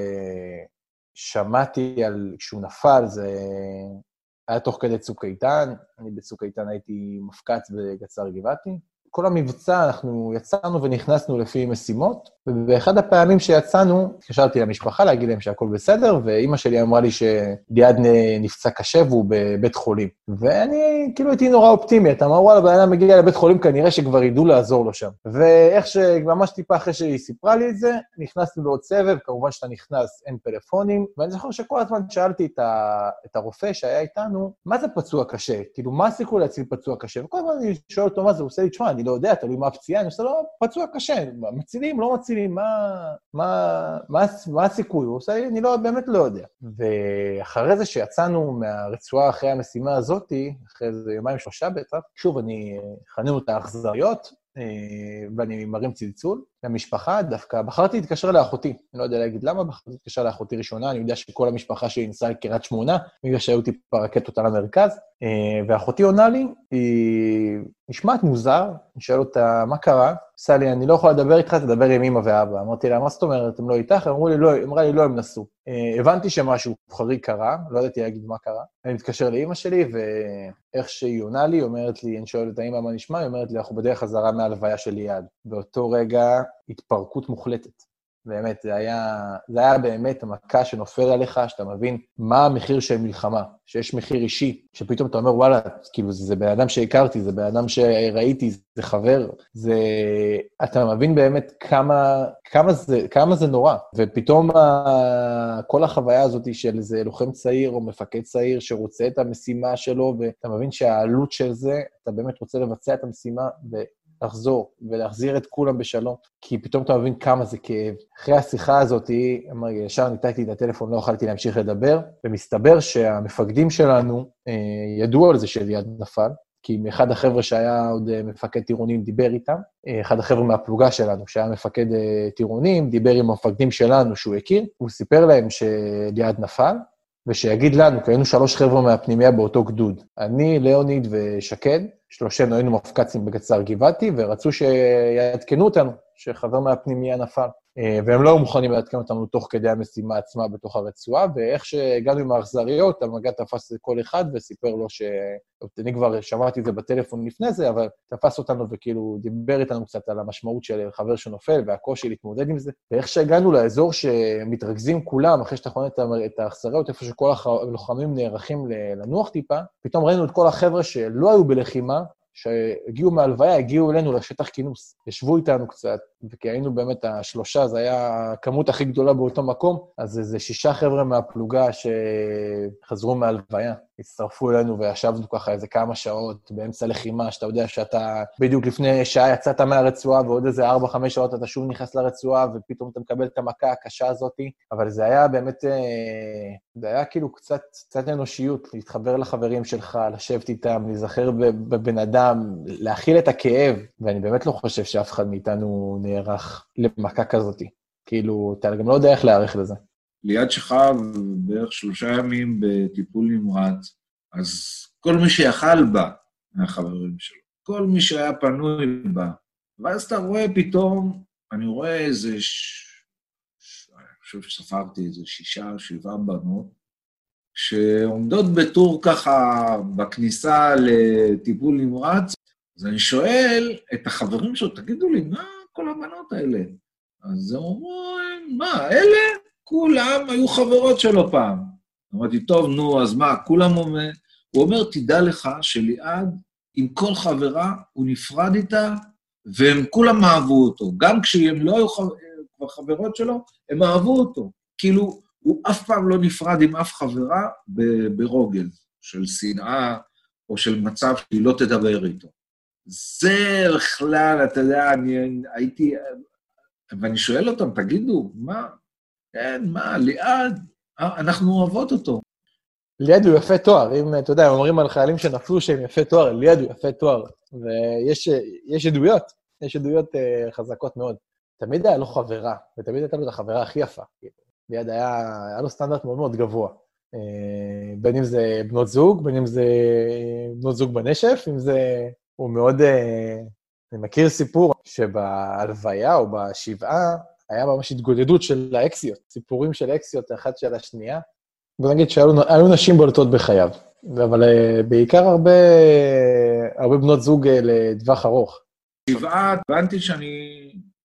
ששמעתי על, כשהוא נפל, זה היה תוך כדי צוק איתן, אני בצוק איתן הייתי מפקץ בגצר גבעתי. כל המבצע, אנחנו יצאנו ונכנסנו לפי משימות, ובאחד הפעמים שיצאנו, התקשרתי למשפחה להגיד להם שהכל בסדר, ואימא שלי אמרה לי שליעד נפצע קשה והוא בבית חולים. ואני כאילו הייתי נורא אופטימי, אתה אמר, וואלה, בעיה מגיע לבית חולים, כנראה שכבר ידעו לעזור לו שם. ואיך שממש טיפה אחרי שהיא סיפרה לי את זה, נכנסנו לעוד סבב, כמובן שאתה נכנס, אין פלאפונים, ואני זוכר שכל הזמן שאלתי את, ה... את הרופא שהיה איתנו, מה זה פצוע קשה? כאילו, מה הסיכוי להציל פצוע קשה? וכל הזמן אני שואל אותו מה זה, הוא עושה לי, תשמע, אני לא יודע, תלוי מה הפציעה, אני עושה לו, פצוע קשה, מצילים, לא מצילים, מה, מה, מה, מה הסיכוי? הוא עושה לי, אני לא, באמת לא יודע. ואחרי זה שיצאנו מהרצועה אחרי המשימה הזאת, אחרי איזה יומיים שלושה בטח, שוב, אני חנינו את האכזריות, ואני מרים צלצול למשפחה, דווקא בחרתי להתקשר לאחותי, אני לא יודע להגיד למה, בחרתי להתקשר לאחותי ראשונה, אני יודע שכל המשפחה שלי נסעה לקריית שמונה, בגלל שהיו טיפה רקטות על המרכז, ואחותי עונה לי, היא נשמעת מוזר, אני שואל אותה, מה קרה? עושה לי, אני לא יכול לדבר איתך, תדבר עם אמא ואבא. אמרתי לה, מה זאת אומרת, הם לא איתך? אמרו לי, לא, אמרה לי, לא, הם נסו. הבנתי שמשהו חריג קרה, לא ידעתי להגיד מה קרה. אני מתקשר לאמא שלי, ואיך שהיא עונה לי, היא אומרת לי, אני שואל את האמא מה נשמע, היא אומרת לי, אנחנו בדרך חזרה מהלוויה של ליעד. באותו רגע, התפרקות מוחלטת. באמת, זה היה, זה היה באמת המכה שנופל עליך, שאתה מבין מה המחיר של מלחמה, שיש מחיר אישי, שפתאום אתה אומר, וואלה, כאילו, זה בן אדם שהכרתי, זה בן אדם שראיתי, זה חבר, זה, אתה מבין באמת כמה, כמה זה, כמה זה נורא, ופתאום ה, כל החוויה הזאת של איזה לוחם צעיר או מפקד צעיר שרוצה את המשימה שלו, ואתה מבין שהעלות של זה, אתה באמת רוצה לבצע את המשימה, ו... לחזור ולהחזיר את כולם בשלום, כי פתאום אתה מבין כמה זה כאב. אחרי השיחה הזאת, ישר ניתקתי את הטלפון, לא יכולתי להמשיך לדבר, ומסתבר שהמפקדים שלנו אה, ידעו על זה שליעד נפל, כי מאחד החבר'ה שהיה עוד מפקד טירונים דיבר איתם, אחד החבר'ה מהפלוגה שלנו שהיה מפקד טירונים, דיבר עם המפקדים שלנו שהוא הכיר, הוא סיפר להם שליעד נפל, ושיגיד לנו, כי היינו שלוש חבר'ה מהפנימיה באותו גדוד. אני, ליאוניד ושקד, שלושנו היינו מפקצים בגצר גבעתי, ורצו שיעדכנו אותנו, שחבר מהפנימיה נפל. והם לא מוכנים לעדכן אותנו תוך כדי המשימה עצמה בתוך הרצועה, ואיך שהגענו עם האכזריות, המגע תפס את כל אחד וסיפר לו ש... אני כבר שמעתי את זה בטלפון לפני זה, אבל תפס אותנו וכאילו דיבר איתנו קצת על המשמעות של חבר שנופל והקושי להתמודד עם זה. ואיך שהגענו לאזור שמתרכזים כולם, אחרי שאתה חונה את האכזריות, איפה שכל הלוחמים נערכים לנוח טיפה, פתאום ראינו את כל החבר'ה שלא היו בלחימה, שהגיעו מהלוויה, הגיעו אלינו לשטח כינוס, ישבו איתנו קצת, וכי היינו באמת השלושה, זה היה הכמות הכי גדולה באותו מקום, אז זה שישה חבר'ה מהפלוגה שחזרו מהלוויה, הצטרפו אלינו וישבנו ככה איזה כמה שעות באמצע לחימה, שאתה יודע שאתה בדיוק לפני שעה יצאת מהרצועה, ועוד איזה ארבע, חמש שעות אתה שוב נכנס לרצועה, ופתאום אתה מקבל את המכה הקשה הזאת, אבל זה היה באמת, זה היה כאילו קצת, קצת אנושיות, להתחבר לחברים שלך, לשבת איתם, להיזכר בבן אדם, להכיל את הכאב, ואני באמת לא חושב שאף אחד מאיתנו נערך למכה כזאת. כאילו, אתה גם לא יודע איך להערך לזה. ליעד שכב בערך שלושה ימים בטיפול נמרץ, אז כל מי שיכל בה מהחברים שלו, כל מי שהיה פנוי בה, ואז אתה רואה פתאום, אני רואה איזה, ש... אני חושב שספרתי איזה שישה, שבעה בנות, שעומדות בטור ככה בכניסה לטיפול נמרץ, אז אני שואל את החברים שלו, תגידו לי, מה כל הבנות האלה? אז הם אומרים, מה, אלה? כולם היו חברות שלו פעם. אמרתי, טוב, נו, אז מה, כולם אומר, הוא אומר, תדע לך שליעד, עם כל חברה, הוא נפרד איתה, והם כולם אהבו אותו. גם כשהם לא היו כבר חברות שלו, הם אהבו אותו. כאילו, הוא אף פעם לא נפרד עם אף חברה ברוגל, של שנאה, או של מצב שהיא לא תדבר איתו. זה בכלל, אתה יודע, אני הייתי, ואני שואל אותם, תגידו, מה? כן, מה, ליעד, אנחנו אוהבות אותו. ליעד הוא יפה תואר, אם אתה יודע, הם אומרים על חיילים שנפלו שהם יפה תואר, ליעד הוא יפה תואר, ויש יש עדויות, יש עדויות uh, חזקות מאוד. תמיד היה לו חברה, ותמיד הייתה לו את החברה הכי יפה. ליעד היה, היה לו סטנדרט מאוד מאוד גבוה. Uh, בין אם זה בנות זוג, בין אם זה בנות זוג בנשף, אם זה... הוא מאוד... Uh, אני מכיר סיפור שבהלוויה או בשבעה, היה ממש התגודדות של האקסיות, סיפורים של אקסיות אחת של השנייה. בוא נגיד שהיו נשים בולטות בחייו, אבל בעיקר הרבה, הרבה בנות זוג לדווח ארוך. שבעה, הבנתי שאני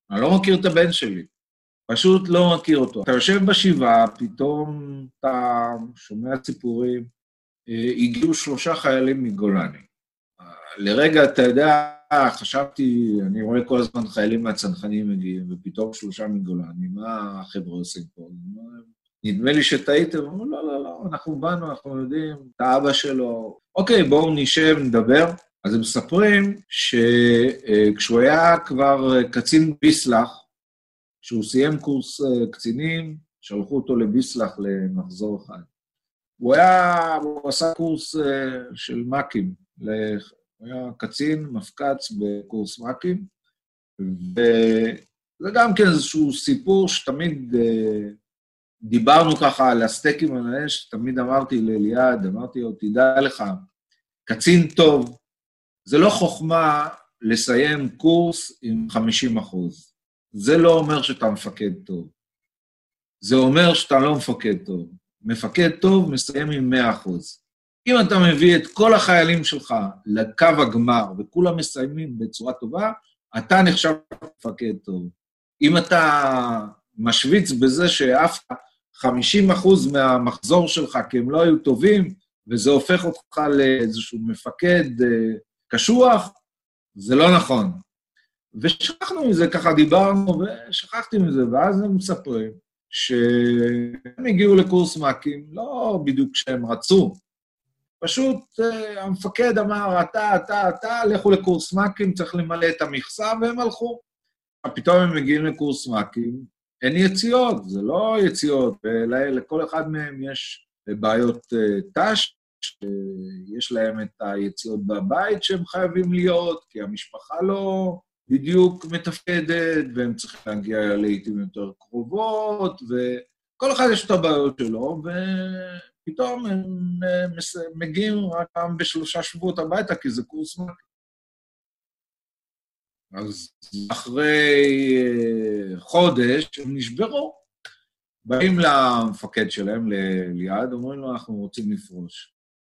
אני לא מכיר את הבן שלי. פשוט לא מכיר אותו. אתה יושב בשבעה, פתאום אתה שומע סיפורים, הגיעו שלושה חיילים מגולני. לרגע, אתה יודע, חשבתי, אני רואה כל הזמן חיילים מהצנחנים מגיעים, ופתאום שלושה מגולני, מה החבר'ה עושים פה? נדמה לי שטעיתם, אמרו, לא, לא, לא, אנחנו באנו, אנחנו יודעים, את האבא שלו. אוקיי, בואו נשב, נדבר. אז הם מספרים שכשהוא היה כבר קצין ביסלח, כשהוא סיים קורס קצינים, שלחו אותו לביסלח למחזור אחד. הוא היה, הוא עשה קורס של מקים, הוא היה קצין, מפקץ בקורס מקים, וזה גם כן איזשהו סיפור שתמיד דיברנו ככה על הסטייקים על האש, תמיד אמרתי לאליעד, אמרתי לו, תדע לך, קצין טוב, זה לא חוכמה לסיים קורס עם חמישים אחוז. זה לא אומר שאתה מפקד טוב. זה אומר שאתה לא מפקד טוב. מפקד טוב מסיים עם מאה אחוז. אם אתה מביא את כל החיילים שלך לקו הגמר, וכולם מסיימים בצורה טובה, אתה נחשב מפקד טוב. אם אתה משוויץ בזה שאף חמישים אחוז מהמחזור שלך, כי הם לא היו טובים, וזה הופך אותך לאיזשהו מפקד קשוח, זה לא נכון. ושכחנו מזה, ככה דיברנו, ושכחתי מזה, ואז הם מספרים שהם הגיעו לקורס מקים, לא בדיוק כשהם רצו, פשוט המפקד אמר, אתה, אתה, אתה, לכו לקורס מקים, צריך למלא את המכסה, והם הלכו. פתאום הם מגיעים לקורס מקים, אין יציאות, זה לא יציאות, ולכל אחד מהם יש בעיות תש, יש להם את היציאות בבית שהם חייבים להיות, כי המשפחה לא בדיוק מתפקדת, והם צריכים להגיע לעתים יותר קרובות, וכל אחד יש את הבעיות שלו, ופתאום הם מגיעים רק פעם בשלושה שבועות הביתה, כי זה קורס מקים. אז אחרי חודש הם נשברו, באים למפקד שלהם, ליעד, אומרים לו, אנחנו רוצים לפרוש.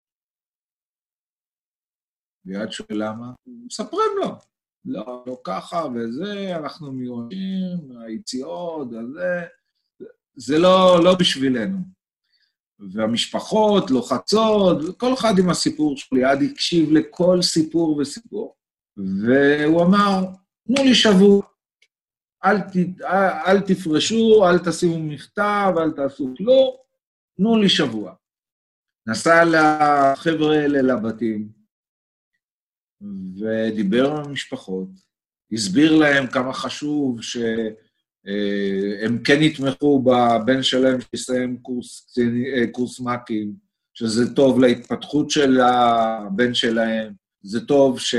ליעד שואל למה? מספרים לו. לא, לא ככה וזה, אנחנו מיואשים, היציאות, וזה, זה לא, לא בשבילנו. והמשפחות לוחצות, כל אחד עם הסיפור של ליעד הקשיב לכל סיפור וסיפור, והוא אמר, תנו לי שבוע, אל, ת, אל תפרשו, אל תשימו מכתב, אל תעשו כלום, תנו לי שבוע. נסע לחבר'ה האלה לבתים, ודיבר עם המשפחות, הסביר להם כמה חשוב שהם כן יתמכו בבן שלהם שיסיים קורס, קורס מקים, שזה טוב להתפתחות של הבן שלהם, זה טוב ש...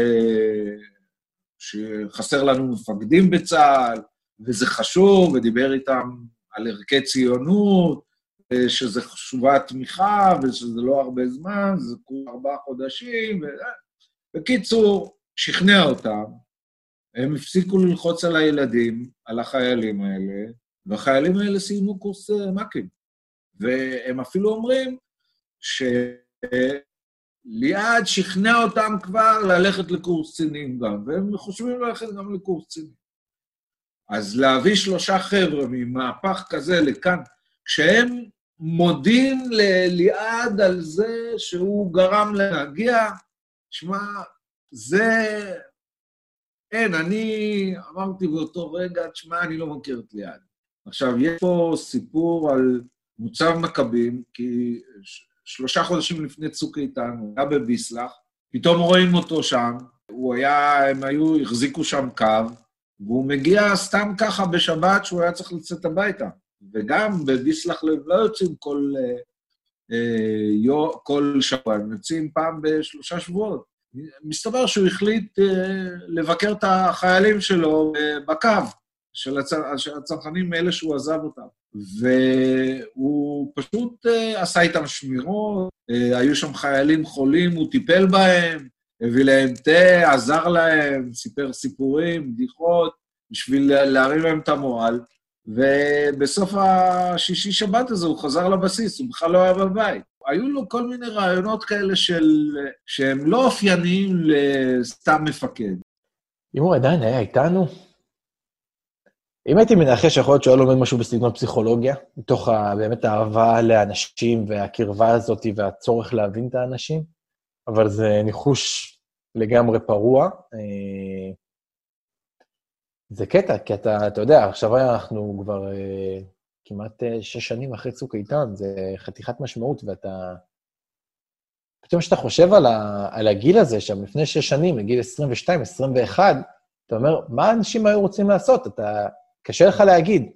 שחסר לנו מפקדים בצה"ל, וזה חשוב, ודיבר איתם על ערכי ציונות, שזה חשובה תמיכה, ושזה לא הרבה זמן, זה כולה ארבעה חודשים, ו... בקיצור, שכנע אותם, הם הפסיקו ללחוץ על הילדים, על החיילים האלה, והחיילים האלה סיימו קורס מקים. והם אפילו אומרים שליעד שכנע אותם כבר ללכת לקורס קצינים גם, והם חושבים ללכת גם לקורס קצינים. אז להביא שלושה חבר'ה ממהפך כזה לכאן, כשהם מודים לליעד על זה שהוא גרם להגיע, שמע, זה... אין, אני אמרתי באותו רגע, שמע, אני לא מכיר את ליעד. עכשיו, יש פה סיפור על מוצב מכבים, כי שלושה חודשים לפני צוק איתן, הוא היה בביסלח, פתאום רואים אותו שם, הוא היה, הם היו, החזיקו שם קו, והוא מגיע סתם ככה בשבת שהוא היה צריך לצאת הביתה. וגם בביסלח לא יוצאים כל... כל שבוע, הם יוצאים פעם בשלושה שבועות. מסתבר שהוא החליט לבקר את החיילים שלו בקו, של הצנחנים מאלה שהוא עזב אותם. והוא פשוט עשה איתם שמירות, היו שם חיילים חולים, הוא טיפל בהם, הביא להם תה, עזר להם, סיפר סיפורים, בדיחות, בשביל להרים להם את המועל, ובסוף השישי שבת הזה הוא חזר לבסיס, הוא בכלל לא היה בבית. היו לו כל מיני רעיונות כאלה של, שהם לא אופייניים לסתם מפקד. אם הוא עדיין היה איתנו, אם הייתי מנחש, יכול להיות שהוא לומד משהו בסגנון פסיכולוגיה, מתוך ה, באמת האהבה לאנשים והקרבה הזאת והצורך להבין את האנשים, אבל זה ניחוש לגמרי פרוע. זה קטע, כי אתה, אתה יודע, עכשיו אנחנו כבר כמעט שש שנים אחרי צוק איתן, זה חתיכת משמעות, ואתה... פתאום שאתה חושב על, ה, על הגיל הזה, שם לפני שש שנים, לגיל עשרים ושתיים, עשרים ואחת, אתה אומר, מה האנשים היו רוצים לעשות? אתה... קשה לך להגיד.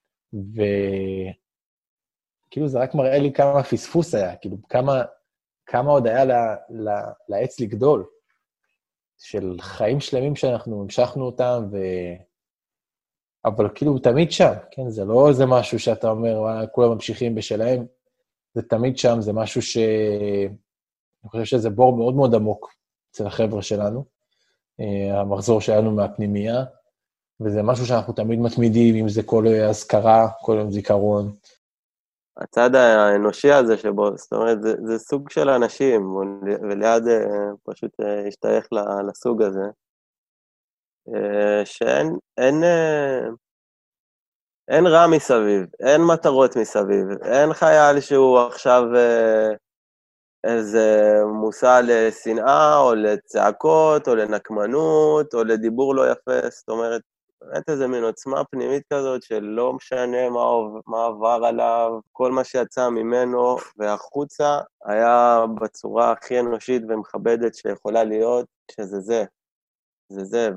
וכאילו זה רק מראה לי כמה פספוס היה, כאילו כמה, כמה עוד היה לה, לה, לעץ לגדול, של חיים שלמים שאנחנו המשכנו אותם, ו... אבל כאילו הוא תמיד שם, כן? זה לא איזה משהו שאתה אומר, כולם ממשיכים בשלהם, זה תמיד שם, זה משהו ש... אני חושב שזה בור מאוד מאוד עמוק אצל החבר'ה שלנו, המחזור שלנו מהפנימייה, וזה משהו שאנחנו תמיד מתמידים, אם זה כל הזכרה, כל יום זיכרון. הצד האנושי הזה שבו, זאת אומרת, זה, זה סוג של אנשים, וליד פשוט השתייך לסוג הזה, שאין אין, אין רע מסביב, אין מטרות מסביב, אין חייל שהוא עכשיו איזה מושא לשנאה, או לצעקות, או לנקמנות, או לדיבור לא יפה, זאת אומרת, באמת איזה מין עוצמה פנימית כזאת, שלא משנה מה, מה עבר עליו, כל מה שיצא ממנו והחוצה, היה בצורה הכי אנושית ומכבדת שיכולה להיות, שזה זה. זה זה,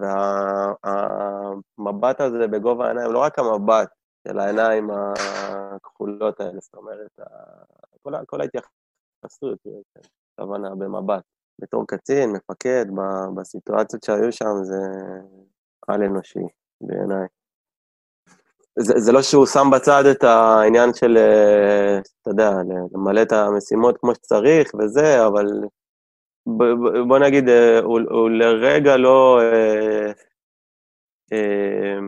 והמבט הזה בגובה העיניים, לא רק המבט של העיניים הכחולות האלה, זאת אומרת, כל, כל ההתייחסות, כוונה במבט. בתור קצין, מפקד, בסיטואציות שהיו שם, זה על אנושי. בעיניי. זה, זה לא שהוא שם בצד את העניין של, אתה יודע, למלא את המשימות כמו שצריך וזה, אבל ב, בוא נגיד, הוא, הוא לרגע לא אה, אה,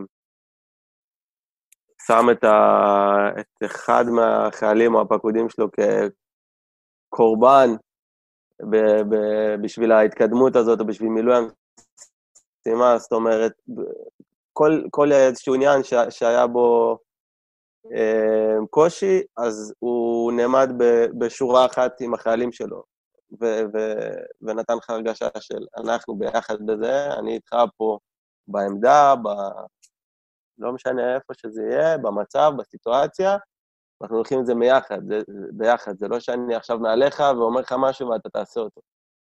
שם את, ה, את אחד מהחיילים או הפקודים שלו כקורבן ב, ב, בשביל ההתקדמות הזאת או בשביל מילוי המשימה, זאת אומרת, כל, כל איזשהו עניין ש, שהיה בו אה, קושי, אז הוא נעמד ב, בשורה אחת עם החיילים שלו, ו, ו, ונתן לך הרגשה של אנחנו ביחד בזה, אני איתך פה בעמדה, ב, לא משנה איפה שזה יהיה, במצב, בסיטואציה, אנחנו הולכים את זה ביחד, זה, ביחד, זה לא שאני עכשיו מעליך ואומר לך משהו ואתה תעשה אותו.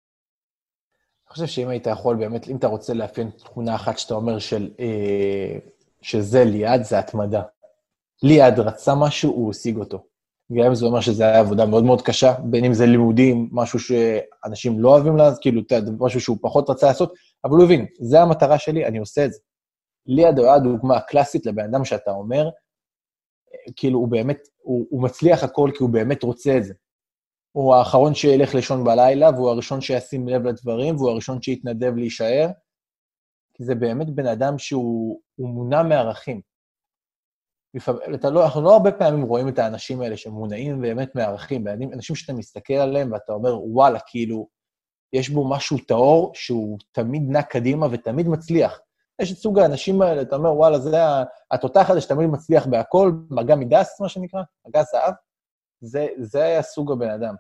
אני חושב שאם היית יכול באמת, אם אתה רוצה לאפיין תכונה אחת שאתה אומר של, אה, שזה ליעד, זה התמדה. ליעד רצה משהו, הוא השיג אותו. גם אם זה אומר שזה היה עבודה מאוד מאוד קשה, בין אם זה לימודים, משהו שאנשים לא אוהבים לעשות, כאילו, משהו שהוא פחות רצה לעשות, אבל הוא הבין, זה המטרה שלי, אני עושה את זה. ליעד הוא היה דוגמה קלאסית לבן אדם שאתה אומר, כאילו הוא באמת, הוא, הוא מצליח הכל כי הוא באמת רוצה את זה. הוא האחרון שילך לישון בלילה, והוא הראשון שישים לב לדברים, והוא הראשון שיתנדב להישאר, כי זה באמת בן אדם שהוא מונע מערכים. לא, אנחנו לא הרבה פעמים רואים את האנשים האלה שמונעים באמת מערכים, אנשים שאתה מסתכל עליהם ואתה אומר, וואלה, כאילו, יש בו משהו טהור שהוא תמיד נע קדימה ותמיד מצליח. יש את סוג האנשים האלה, אתה אומר, וואלה, זה התותח הזה שתמיד מצליח בהכל, מגע מדס, מה שנקרא, מגע זהב, זה, זה היה סוג הבן אדם.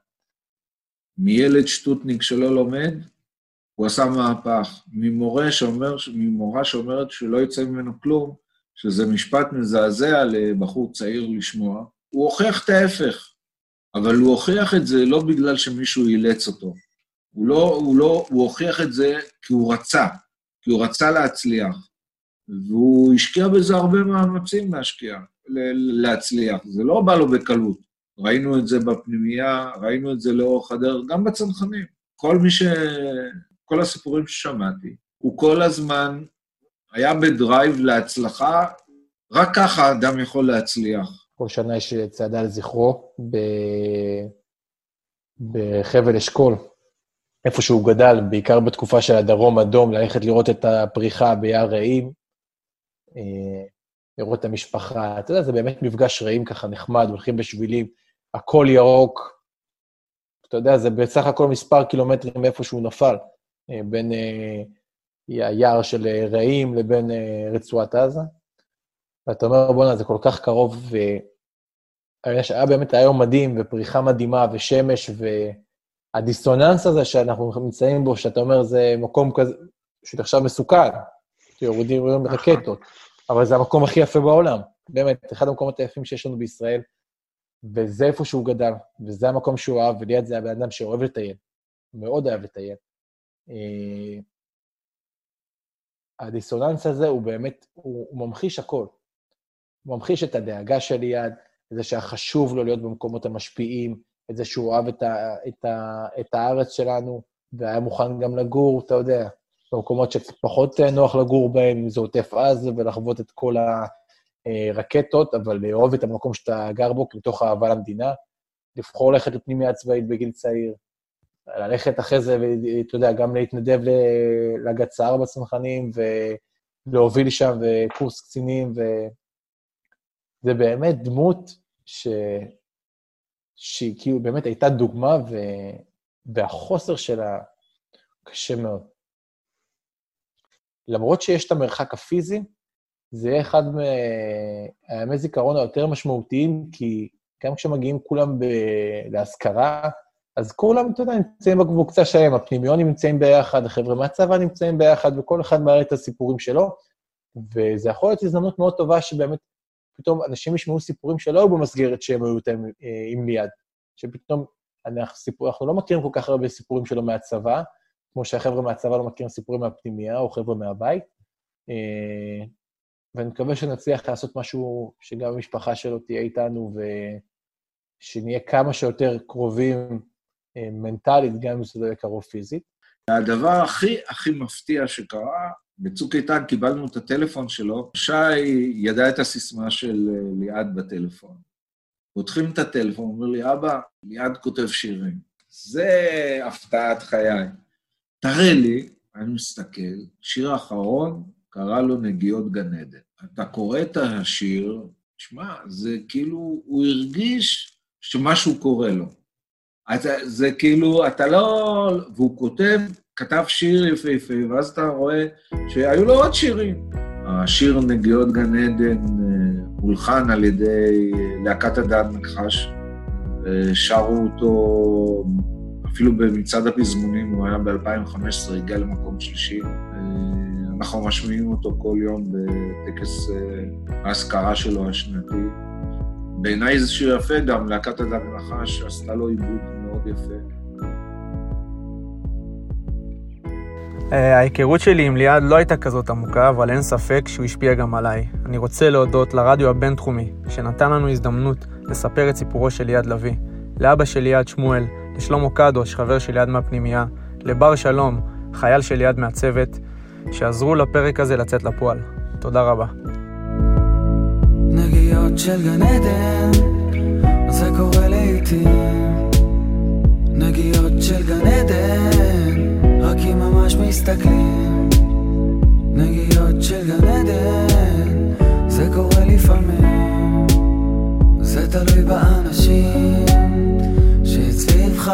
מילד שטוטניק שלא לומד, הוא עשה מהפך. ממורה שאומר, ממורה שאומרת שלא יצא ממנו כלום, שזה משפט מזעזע לבחור צעיר לשמוע, הוא הוכיח את ההפך, אבל הוא הוכיח את זה לא בגלל שמישהו אילץ אותו. הוא לא, הוא לא, הוא הוכיח את זה כי הוא רצה, כי הוא רצה להצליח, והוא השקיע בזה הרבה מאמצים להשקיע, להצליח. זה לא בא לו בקלות. ראינו את זה בפנימייה, ראינו את זה לאורך הדרך, גם בצנחנים. כל מי ש... כל הסיפורים ששמעתי, הוא כל הזמן היה בדרייב להצלחה, רק ככה אדם יכול להצליח. כל שנה יש צעדה לזכרו ב... בחבל אשכול, איפה שהוא גדל, בעיקר בתקופה של הדרום אדום, ללכת לראות את הפריחה ביער רעים, לראות את המשפחה. אתה יודע, זה באמת מפגש רעים ככה נחמד, הולכים בשבילים, הכל ירוק. אתה יודע, זה בסך הכל מספר קילומטרים מאיפה שהוא נפל, בין היער של רעים לבין רצועת עזה. ואתה אומר, בוא'נה, זה כל כך קרוב, והיה באמת היום מדהים, ופריחה מדהימה, ושמש, והדיסוננס הזה שאנחנו נמצאים בו, שאתה אומר, זה מקום כזה, שעכשיו מסוכן, שיורדים רקטות, אבל זה המקום הכי יפה בעולם, באמת, אחד המקומות היפים שיש לנו בישראל, וזה איפה שהוא גדל, וזה המקום שהוא אהב, וליד זה הבן אדם שאוהב לטייל, מאוד אוהב לטייל. הדיסוננס הזה הוא באמת, הוא, הוא ממחיש הכל. הוא ממחיש את הדאגה של ליעד, את זה שהחשוב לו להיות במקומות המשפיעים, את זה שהוא אוהב את, ה, את, ה, את הארץ שלנו, והיה מוכן גם לגור, אתה יודע, במקומות שפחות נוח לגור בהם, אם זה עוטף עזה, ולחוות את כל הרקטות, אבל לאהוב את המקום שאתה גר בו, מתוך אהבה למדינה, לבחור ללכת לפנימיה צבאית בגיל צעיר, ללכת אחרי זה, ואתה יודע, גם להתנדב לגצ"ר בצנחנים, ולהוביל שם, וקורס קצינים, וזה באמת דמות ש... שהיא כאילו באמת הייתה דוגמה, ו... והחוסר שלה קשה מאוד. למרות שיש את המרחק הפיזי, זה יהיה אחד מהימי זיכרון היותר משמעותיים, כי גם כשמגיעים כולם ב... להשכרה, אז כולם, אתה יודע, נמצאים בקבוצה שלהם, הפנימיונים נמצאים ביחד, החבר'ה מהצבא נמצאים ביחד, וכל אחד מעלה את הסיפורים שלו, וזה יכול להיות הזדמנות מאוד טובה, שבאמת פתאום אנשים ישמעו סיפורים שלא במסגרת שהם היו אותם עם ליד, שפתאום אנחנו, סיפור, אנחנו לא מכירים כל כך הרבה סיפורים שלו מהצבא, כמו שהחבר'ה מהצבא לא מכירים סיפורים מהפנימיה, או חבר'ה מהבית, ואני מקווה שנצליח לעשות משהו שגם המשפחה שלו תהיה איתנו, ושנהיה כמה שיותר קרובים מנטלית, גם אם זה לא יהיה קרוב פיזית. הדבר הכי הכי מפתיע שקרה, בצוק איתן קיבלנו את הטלפון שלו, שי ידע את הסיסמה של ליעד בטלפון. פותחים את הטלפון, אומר לי, אבא, ליעד כותב שירים. זה הפתעת חיי. תראה לי, אני מסתכל, שיר האחרון קרא לו נגיעות גן עדן. אתה קורא את השיר, תשמע, זה כאילו, הוא הרגיש שמשהו קורה לו. אתה, זה כאילו, אתה לא... והוא כותב, כתב שיר יפה יפה, ואז אתה רואה שהיו לו עוד שירים. השיר נגיעות גן עדן הולחן על ידי להקת הדעת נחש, שרו אותו אפילו במצעד הפזמונים, הוא היה ב-אלפיים וחמש עשרה, הגיע למקום שלישי. אנחנו משמיעים אותו כל יום בטקס ההזכרה שלו השנתי. בעיניי זה שיר יפה, גם להקת הדעת נחש עשתה לו עיבוד מאוד יפה. ההיכרות שלי עם ליעד לא הייתה כזאת עמוקה, אבל אין ספק שהוא השפיע גם עליי. אני רוצה להודות לרדיו הבינתחומי, שנתן לנו הזדמנות לספר את סיפורו של ליעד לוי, לאבא של ליעד שמואל, לשלמה קדוש, חבר של ליעד מהפנימייה, לבר שלום, חייל של ליעד מהצוות, שעזרו לפרק הזה לצאת לפועל. תודה רבה. נגיעות של גן עדן, זה קורה לעתים. נגיעות של גן עדן, רק אם ממש מסתכלים. נגיעות של גן עדן, זה קורה לפעמים. זה תלוי באנשים שסביבך.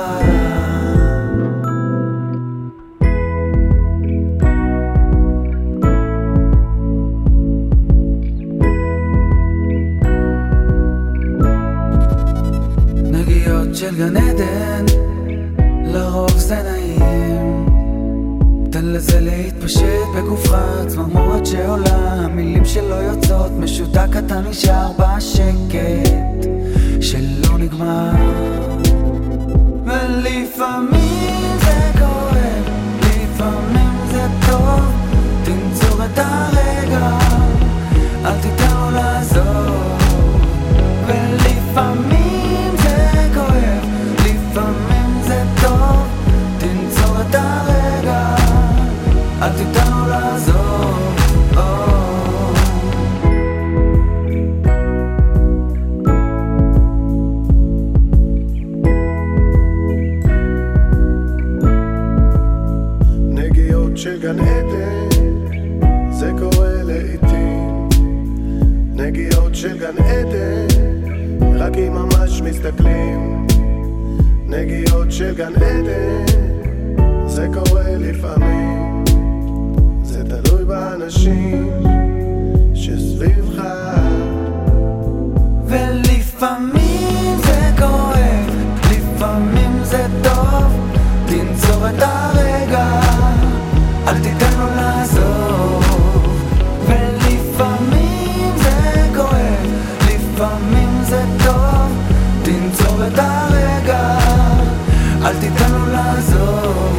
נגיעות של גן עדן, לרוב זה נעים. תן לזה להתפשט בגופך, צמרמורת שעולה, המילים שלא יוצאות, משותק אתה נשאר בשקט שלא נגמר. ולפעמים זה כואב, לפעמים זה טוב, תנצור את הרגע, אל תיתן לו לעזור. ולפעמים זה כואב, לפעמים זה טוב, תנצור את הרגע, אל תיתן לו לעזור. נגיעות של גן עדן, זה קורה לעתים. נגיעות של גן עדן, רק אם ממש מסתכלים. נגיעות של גן עדן, זה קורה לפעמים. זה תלוי באנשים שסביבך. ולפעמים זה כואב, לפעמים זה טוב, תנצור את הרגע, אל תיתן לו לעזוב. ולפעמים זה כואב, לפעמים זה טוב, תנצור את הרגע, אל תיתן לו לעזוב.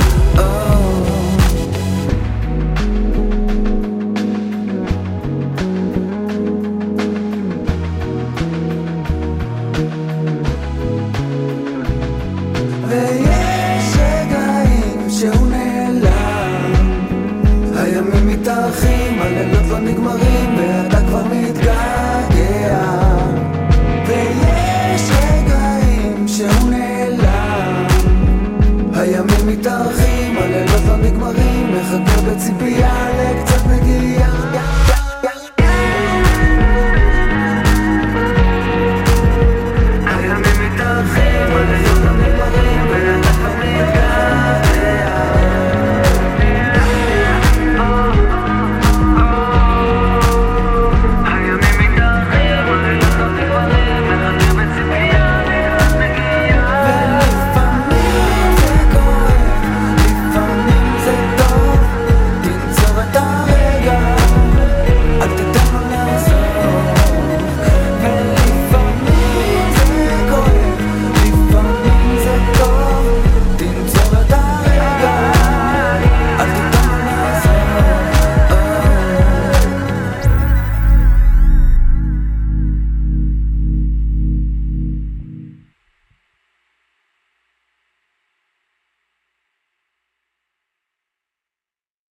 ויש רגעים שהוא נעלם, הימים מתארחים, הלילות לא נגמרים ואתה כבר מתגעגע. ויש רגעים שהוא נעלם, הימים מתארחים